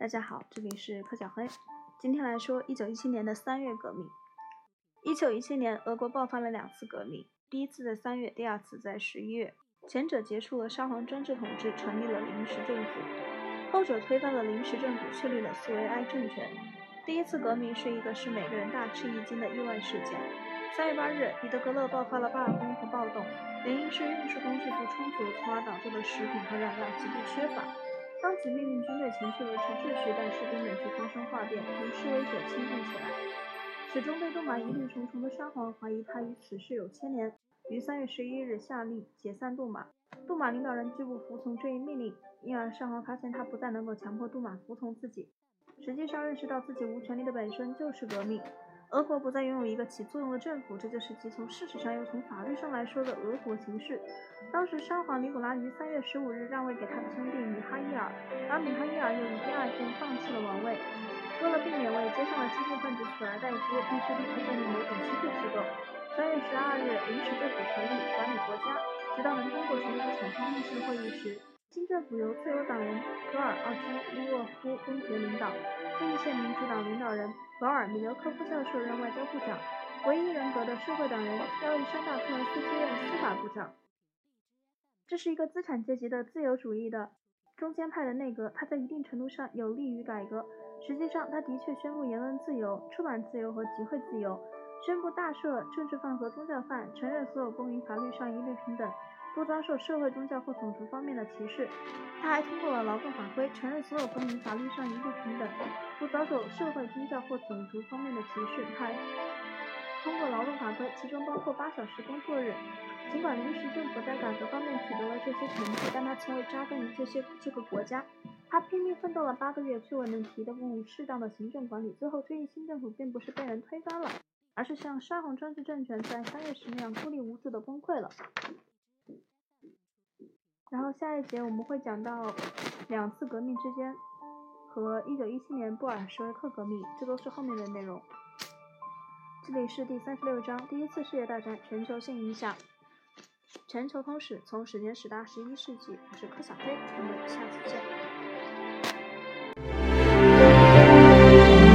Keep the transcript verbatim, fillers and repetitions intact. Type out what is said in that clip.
大家好，这里是柯小黑。今天来说一九一七年的三月革命。一九一七年，俄国爆发了两次革命，第一次在三月，第二次在十一月。前者结束了沙皇专制统治，成立了临时政府；后者推翻了临时政府，确立了苏维埃政权。第一次革命是一个使每个人大吃一惊的意外事件。三月八日，彼得格勒爆发了罢工和暴动，原因是运输工具不充足，从而导致的食品和燃料极度缺乏。当即命令军队前去维持秩序，但士兵们却发生哗变，同示威者亲近起来。始终对杜马疑虑重重的沙皇怀疑他与此事有牵连，于三月十一日下令解散杜马。杜马领导人拒不服从这一命令，因而沙皇发现他不再能够强迫杜马服从自己，实际上认识到自己无权利的本身就是革命。俄国不再拥有一个起作用的政府，这就是既从事实上又从法律上来说的俄国形势。当时沙皇尼古拉于三月十五日让位给他的兄弟米哈伊尔，而米哈伊尔又于第二天放弃了王位。为了避免为街上的激进分子取而代之，必须立刻建立某种机构机构。三月十二日，临时政府成立，管理国家，直到能通过全国产生议事会议时，新政府由自由党人格尔奥基乌沃夫公爵领导，立宪民主党领导人保尔米留科夫教授任外交部长，唯一人格的社会党人亚历山大克莱斯接任司法部长。这是一个资产阶级的自由主义的中间派的内阁，它在一定程度上有利于改革。实际上，它的确宣布言论自由、出版自由和集会自由，宣布大赦政治犯和宗教犯，承认所有公民法律上一律平等，不遭受社会、宗教或种族方面的歧视。他还通过了劳动法规，承认所有公民法律上一律平等，不遭受社会、宗教或种族方面的歧视。他还通过劳动法规，其中包括八小时工作日。尽管临时政府在改革方面取得了这些成绩，但他从未扎根于这些这个国家。他拼命奋斗了八个月，却未能提供适当的行政管理。最后，这一新政府并不是被人推翻了，而是像沙皇专制政权在三月时那样孤立无助的崩溃了。然后下一节我们会讲到两次革命之间和一九一七年布尔什维克革命，这都是后面的内容。这里是第三十六章，第一次世界大战全球性影响。全球通史，从史前史到十一世纪。我是柯小黑，我们下次见。